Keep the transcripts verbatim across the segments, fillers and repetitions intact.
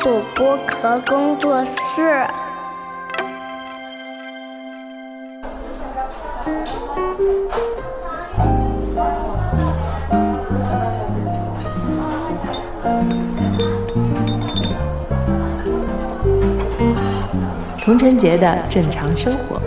土剥壳工作室。 童晨杰的正常生活。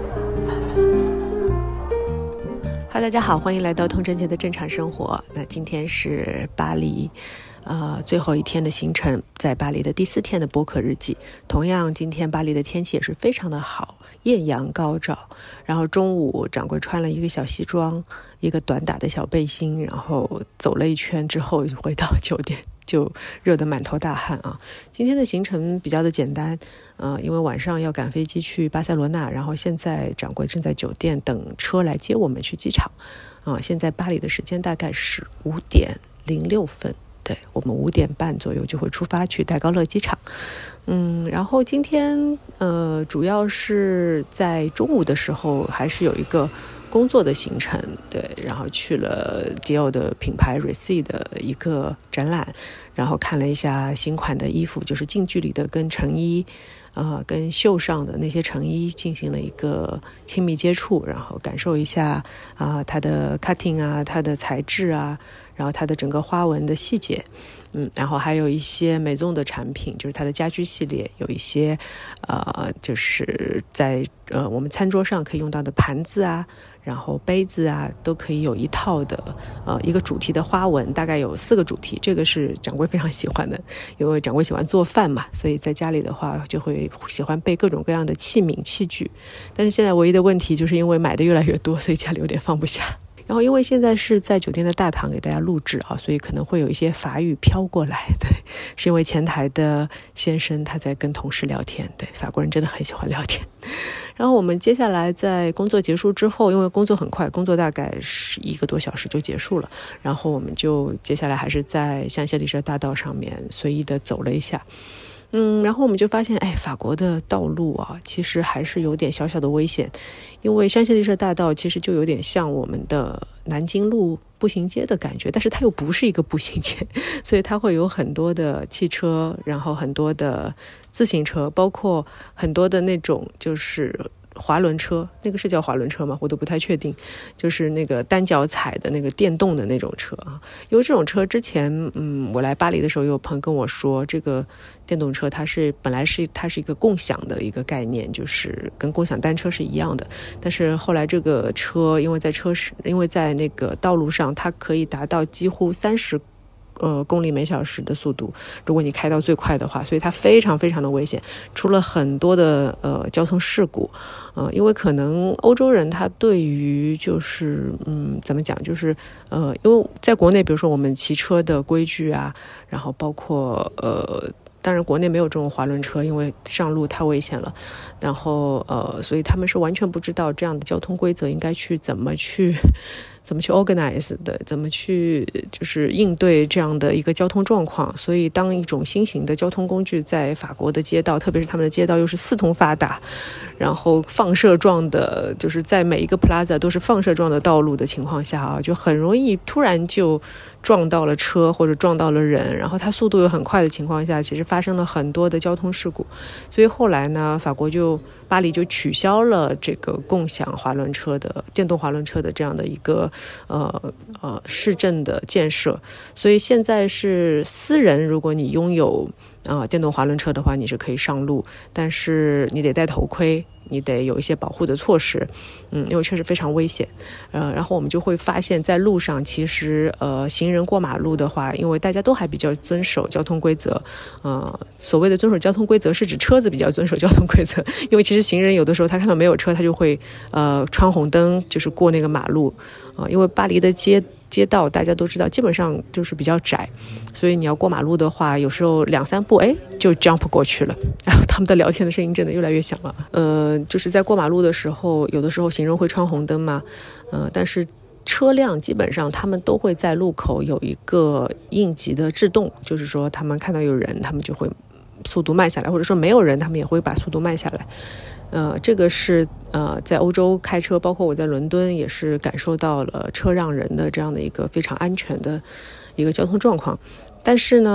哈，大家好，欢迎来到童晨杰的正常生活。那今天是巴黎呃，最后一天的行程，在巴黎的第四天的播客日记。同样，今天巴黎的天气也是非常的好，艳阳高照。然后中午，掌柜穿了一个小西装，一个短打的小背心，然后走了一圈之后回到酒店，就热得满头大汗啊！今天的行程比较的简单，呃，因为晚上要赶飞机去巴塞罗那，然后现在掌柜正在酒店等车来接我们去机场。啊、呃，现在巴黎的时间大概是五点零六分。对，我们五点半左右就会出发去戴高乐机场。嗯，然后今天呃，主要是在中午的时候还是有一个工作的行程，对，然后去了迪奥的品牌 Resi 的一个展览，然后看了一下新款的衣服，就是近距离的跟成衣呃，跟绣上的那些成衣进行了一个亲密接触，然后感受一下啊、呃，它的 cutting 啊，它的材质啊，然后它的整个花纹的细节，嗯，然后还有一些美纵的产品，就是它的家居系列，有一些呃，就是在呃我们餐桌上可以用到的盘子啊，然后杯子啊，都可以有一套的呃一个主题的花纹，大概有四个主题，这个是掌柜非常喜欢的，因为掌柜喜欢做饭嘛，所以在家里的话就会喜欢备各种各样的器皿器具，但是现在唯一的问题就是因为买的越来越多，所以家里有点放不下。然后因为现在是在酒店的大堂给大家录制啊，所以可能会有一些法语飘过来，对，是因为前台的先生他在跟同事聊天，对，法国人真的很喜欢聊天。然后我们接下来在工作结束之后，因为工作很快，工作大概是一个多小时就结束了，然后我们就接下来还是在香榭丽舍大道上面随意的走了一下。嗯，然后我们就发现，哎，法国的道路啊，其实还是有点小小的危险，因为香榭丽舍大道其实就有点像我们的南京路步行街的感觉，但是它又不是一个步行街，所以它会有很多的汽车，然后很多的自行车，包括很多的那种就是滑轮车，那个是叫滑轮车吗？我都不太确定，就是那个单脚踩的那个电动的那种车啊。因为这种车之前，嗯，我来巴黎的时候，有朋友跟我说，这个电动车它是本来是它是一个共享的一个概念，就是跟共享单车是一样的。但是后来这个车，因为在车是因为在那个道路上，它可以达到几乎三十。呃，公里每小时的速度，如果你开到最快的话，所以它非常非常的危险，出了很多的呃交通事故，呃，因为可能欧洲人他对于就是嗯怎么讲，就是呃，因为在国内，比如说我们骑车的规矩啊，然后包括呃。当然国内没有这种滑轮车，因为上路太危险了，然后呃，所以他们是完全不知道这样的交通规则应该去怎么去怎么去 organize 的，怎么去就是应对这样的一个交通状况。所以当一种新型的交通工具在法国的街道，特别是他们的街道又是四通发达，然后放射状的，就是在每一个 plaza 都是放射状的道路的情况下啊，就很容易突然就撞到了车或者撞到了人，然后它速度又很快的情况下，其实发生了很多的交通事故。所以后来呢，法国就巴黎就取消了这个共享滑轮车的电动滑轮车的这样的一个呃呃市政的建设，所以现在是私人，如果你拥有啊、呃，电动滑轮车的话，你是可以上路，但是你得戴头盔，你得有一些保护的措施，嗯，因为确实非常危险。呃，然后我们就会发现，在路上其实呃，行人过马路的话，因为大家都还比较遵守交通规则，呃，所谓的遵守交通规则是指车子比较遵守交通规则，因为其实行人有的时候他看到没有车，他就会呃穿红灯，就是过那个马路，啊、呃，因为巴黎的街。街道大家都知道基本上就是比较窄，所以你要过马路的话，有时候两三步哎就 jump 过去了。然后他们的聊天的声音真的越来越响了。呃，就是在过马路的时候，有的时候行人会穿红灯嘛，呃，但是车辆基本上他们都会在路口有一个应急的制动，就是说他们看到有人，他们就会速度慢下来，或者说没有人，他们也会把速度慢下来。呃，这个是呃，在欧洲开车，包括我在伦敦也是感受到了车让人的这样的一个非常安全的一个交通状况。但是呢，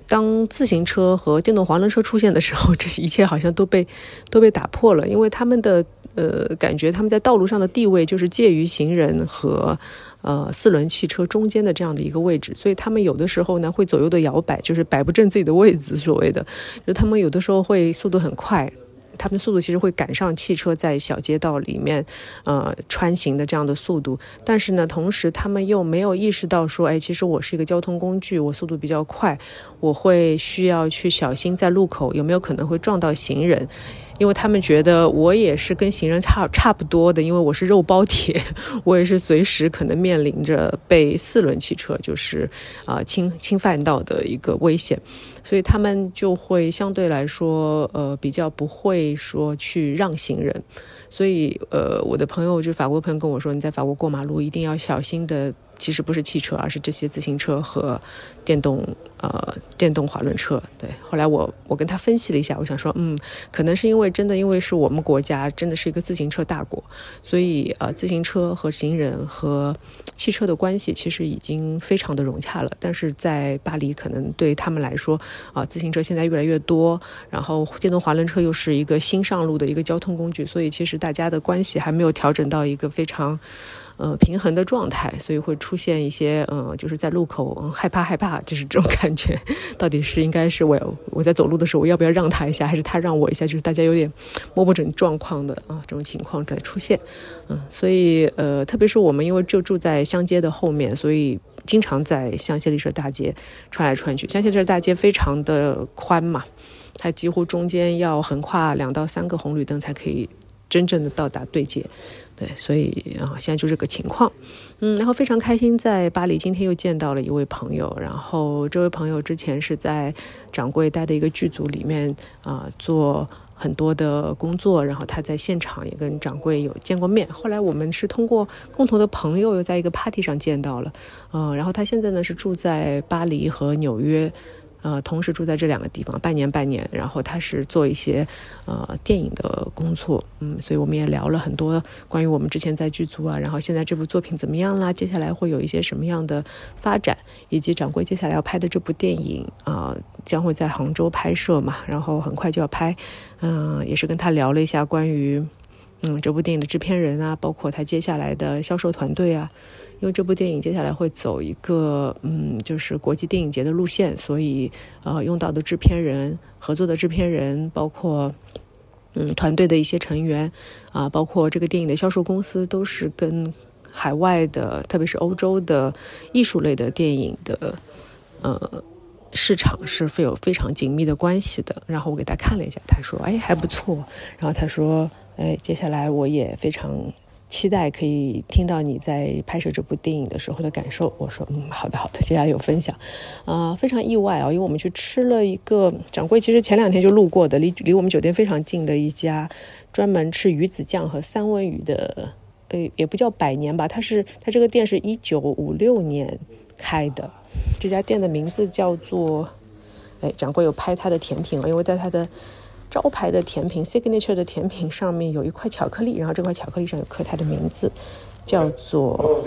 当自行车和电动滑轮车出现的时候，这一切好像都被都被打破了，因为他们的呃感觉他们在道路上的地位就是介于行人和呃四轮汽车中间的这样的一个位置，所以他们有的时候呢会左右的摇摆，就是摆不正自己的位置，所谓的就他们有的时候会速度很快，他们的速度其实会赶上汽车在小街道里面呃穿行的这样的速度，但是呢同时他们又没有意识到说，哎，其实我是一个交通工具，我速度比较快，我会需要去小心在路口有没有可能会撞到行人，因为他们觉得我也是跟行人差差不多的，因为我是肉包铁，我也是随时可能面临着被四轮汽车就是啊、呃、侵侵犯到的一个危险，所以他们就会相对来说呃比较不会说去让行人，所以呃我的朋友就法国朋友跟我说，你在法国过马路一定要小心的，其实不是汽车，而是这些自行车和电动呃电动滑轮车。对，后来我我跟他分析了一下，我想说，嗯，可能是因为真的因为是我们国家真的是一个自行车大国，所以呃自行车和行人和汽车的关系其实已经非常的融洽了。但是在巴黎，可能对他们来说啊、呃，自行车现在越来越多，然后电动滑轮车又是一个新上路的一个交通工具，所以其实大家的关系还没有调整到一个非常呃平衡的状态，所以会出现一些呃就是在路口、嗯、害怕害怕，就是这种感觉，到底是应该是我我在走路的时候我要不要让他一下，还是他让我一下，就是大家有点摸不准状况的啊这种情况在出现。嗯，所以呃特别是我们因为就住在乡街的后面，所以经常在香榭丽舍大街穿来穿去。香榭丽舍大街非常的宽嘛，它几乎中间要横跨两到三个红绿灯才可以真正的到达对接。对，所以啊，现在就这个情况。嗯，然后非常开心在巴黎今天又见到了一位朋友，然后这位朋友之前是在掌柜待的一个剧组里面啊、呃、做很多的工作，然后他在现场也跟掌柜有见过面，后来我们是通过共同的朋友又在一个 party 上见到了。嗯、呃，然后他现在呢是住在巴黎和纽约，呃，同时住在这两个地方，半年半年，然后他是做一些呃电影的工作，嗯，所以我们也聊了很多关于我们之前在剧组啊，然后现在这部作品怎么样啦，接下来会有一些什么样的发展，以及掌柜接下来要拍的这部电影啊、呃，将会在杭州拍摄嘛，然后很快就要拍，嗯、呃，也是跟他聊了一下关于嗯这部电影的制片人啊，包括他接下来的销售团队啊。因为这部电影接下来会走一个嗯，就是国际电影节的路线，所以呃，用到的制片人、合作的制片人，包括嗯团队的一些成员啊、呃，包括这个电影的销售公司，都是跟海外的，特别是欧洲的艺术类的电影的呃市场是会有非常紧密的关系的。然后我给他看了一下，他说：“哎，还不错。”然后他说：“哎，接下来我也非常期待可以听到你在拍摄这部电影的时候的感受。”我说嗯，好的好的，接下来有分享。啊、呃，非常意外啊、哦，因为我们去吃了一个掌柜其实前两天就路过的，离离我们酒店非常近的一家专门吃鱼子酱和三文鱼的，呃，也不叫百年吧，它是它这个店是一九五六年开的，这家店的名字叫做，哎，掌柜有拍它的甜品哦，因为在它的招牌的甜品 signature 的甜品上面有一块巧克力，然后这块巧克力上有刻它的名字，叫做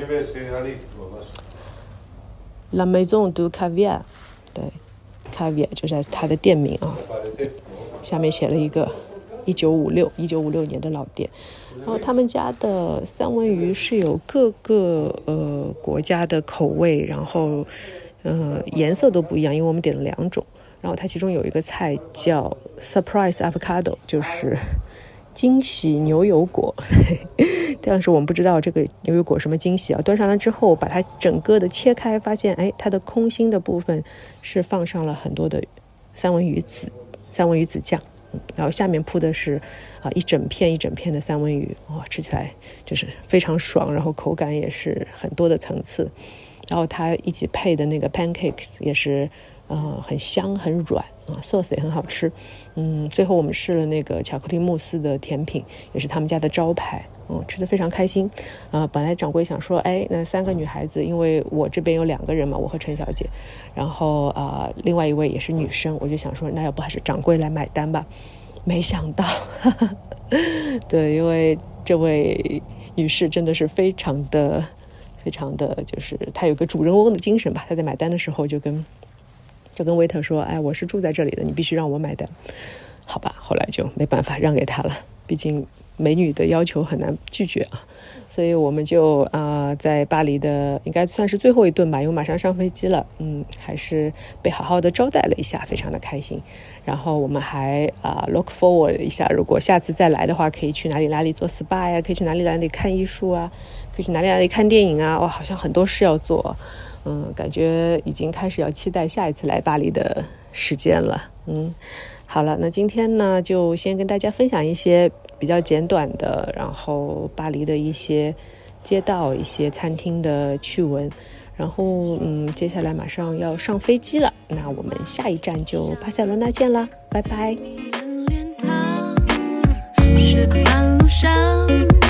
La Maison du Caviar。 对， Caviar 就是它的店名啊，下面写了一个一九五六年的老店。然后他们家的三文鱼是有各个呃国家的口味，然后呃颜色都不一样，因为我们点了两种。然后它其中有一个菜叫 Surprise Avocado， 就是惊喜牛油果但是我们不知道这个牛油果什么惊喜啊。端上来之后把它整个的切开，发现哎，它的空心的部分是放上了很多的三文鱼籽三文鱼籽酱，然后下面铺的是啊、呃、一整片一整片的三文鱼，哇、哦，吃起来就是非常爽，然后口感也是很多的层次。然后它一起配的那个 pancakes 也是呃很香很软啊 ，sauce 也很好吃。嗯，最后我们试了那个巧克力慕斯的甜品，也是他们家的招牌。嗯，吃得非常开心。啊、呃，本来掌柜想说，哎，那三个女孩子，因为我这边有两个人嘛，我和陈小姐，然后啊、呃，另外一位也是女生，我就想说，那要不还是掌柜来买单吧。没想到，呵呵对，因为这位女士真的是非常的。非常的就是他有个主人翁的精神吧，他在买单的时候就跟就跟 waiter 说，哎，我是住在这里的，你必须让我买单。好吧，后来就没办法让给他了，毕竟美女的要求很难拒绝啊。所以我们就啊、呃，在巴黎的应该算是最后一顿吧，因为马上上飞机了，嗯，还是被好好的招待了一下，非常的开心。然后我们还啊、呃、look forward 一下，如果下次再来的话，可以去哪里哪里做 S P A 呀，可以去哪里哪里看艺术啊，可以去哪里哪里看电影啊，哇，好像很多事要做，嗯，感觉已经开始要期待下一次来巴黎的时间了，嗯。好了，那今天呢，就先跟大家分享一些比较简短的，然后巴黎的一些街道、一些餐厅的趣闻。然后，嗯，接下来马上要上飞机了，那我们下一站就巴塞罗那见啦，拜拜。是半路上